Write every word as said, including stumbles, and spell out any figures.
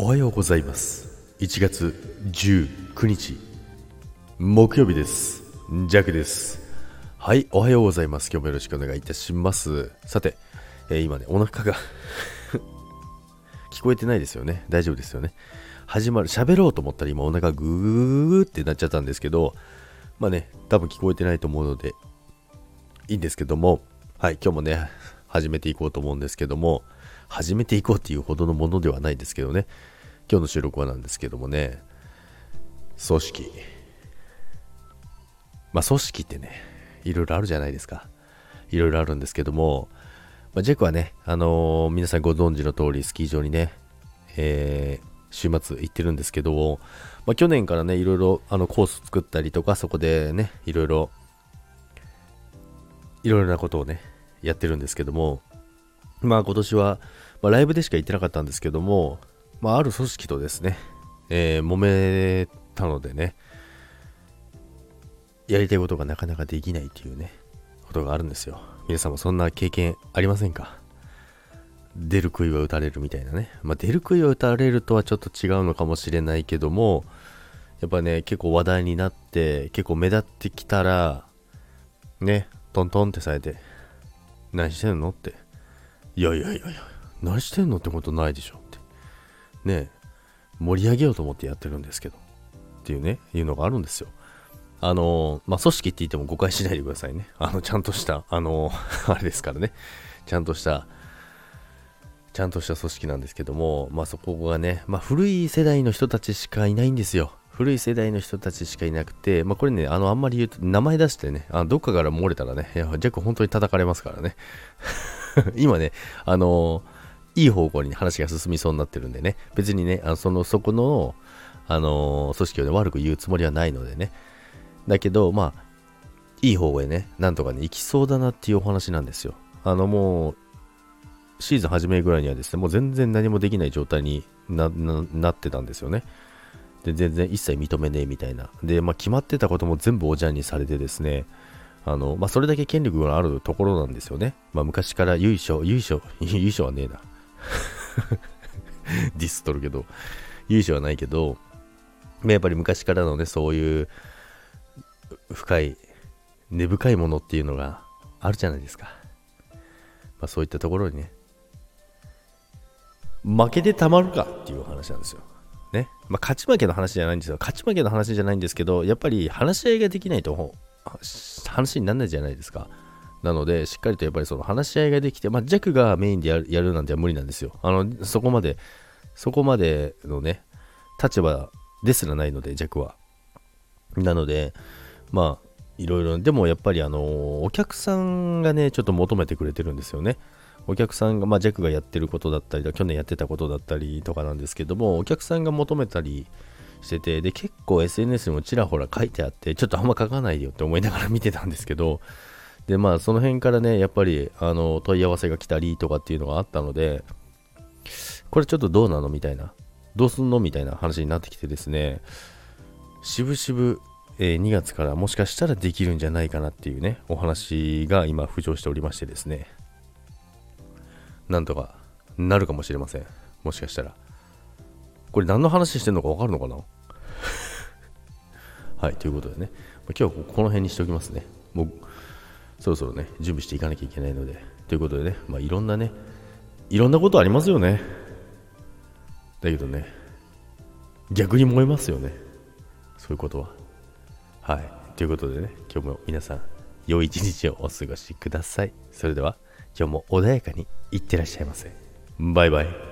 おはようございます。いちがつじゅうくにち木曜日です。ジャクです。はい、おはようございます。今日もよろしくお願いいたします。さて、えー、今ねお腹が聞こえてないですよね。大丈夫ですよね。始まる喋ろうと思ったら今お腹グーってなっちゃったんですけど、まあね多分聞こえてないと思うのでいいんですけども、はい、今日もね始めていこうと思うんですけども、始めていこうっていうほどのものではないですけどね、今日の収録はなんですけどもね、組織、まあ組織ってねいろいろあるじゃないですか。いろいろあるんですけども、まあ、ジェクはね、あのー、皆さんご存知の通りスキー場にね、えー、週末行ってるんですけど、まあ、去年からねいろいろあのコース作ったりとか、そこでねいろいろいろいろなことをねやってるんですけども、まあ今年は、まあ、ライブでしか行ってなかったんですけども、まあある組織とですね、えー、揉めたのでね、やりたいことがなかなかできないっていうねことがあるんですよ。皆さんもそんな経験ありませんか？出る杭は打たれるみたいなね。まあ出る杭は打たれるとはちょっと違うのかもしれないけども、やっぱね結構話題になって結構目立ってきたらね、トントンってされて、何してんのって、いやいやいやいや何してんのってことないでしょってね、盛り上げようと思ってやってるんですけどっていうねいうのがあるんですよ。あのー、まあ組織って言っても誤解しないでくださいね。あのちゃんとしたあのー、あれですからね、ちゃんとしたちゃんとした組織なんですけども、まあそこがね、まあ古い世代の人たちしかいないんですよ。古い世代の人たちしかいなくて、まあこれね、あのあんまり言うと名前出してね、あのどっかから漏れたらね、いやジャック本当に叩かれますからね。今ね、あのー、いい方向に話が進みそうになってるんでね、別にね、あのそのそこのあのー、組織をね悪く言うつもりはないのでね。だけどまあいい方へね、なんとかね行きそうだなっていうお話なんですよ。あのもうシーズン始めぐらいにはですね、もう全然何もできない状態に な, な, なってたんですよね。で全然一切認めねえみたいな。で、まあ、決まってたことも全部おじゃんにされてですね、あの、まあ、それだけ権力があるところなんですよね。まあ、昔から由緒、由緒、由緒はねえな。ディスっとるけど、由緒はないけど、やっぱり昔からのね、そういう深い、根深いものっていうのがあるじゃないですか。まあ、そういったところにね、負けてたまるかっていう話なんですよ。ね。まあ、勝ち負けの話じゃないんですよ。勝ち負けの話じゃないんですけど、やっぱり話し合いができないと話にならないじゃないですか。なので、しっかりとやっぱりその話し合いができて、まあ、弱がメインでやる、やるなんては無理なんですよ。あの、そこまで、そこまでのね、立場ですらないので、弱は。なので、まあ、いろいろ、でもやっぱりあの、お客さんがね、ちょっと求めてくれてるんですよね。お客さんが、まあ、ジャックがやってることだったり、去年やってたことだったりとかなんですけども、お客さんが求めたりしてて、で、結構 エスエヌエス にもちらほら書いてあって、ちょっとあんま書かないでよって思いながら見てたんですけど、で、まあ、その辺からね、やっぱり、あの、問い合わせが来たりとかっていうのがあったので、これちょっとどうなのみたいな、どうすんのみたいな話になってきてですね、しぶしぶ、えー、にがつからもしかしたらできるんじゃないかなっていうね、お話が今浮上しておりましてですね、なんとかなるかもしれません。もしかしたら。これ何の話してんのか分かるのかなはい、ということでね、今日はこの辺にしておきますね。もうそろそろね、準備していかなきゃいけないので。ということでね、まあいろんなね、いろんなことありますよね。だけどね、逆に燃えますよね。そういうことは。はい、ということでね、今日も皆さん、良い一日をお過ごしください。それでは、今日も穏やかにいってらっしゃいませ。バイバイ。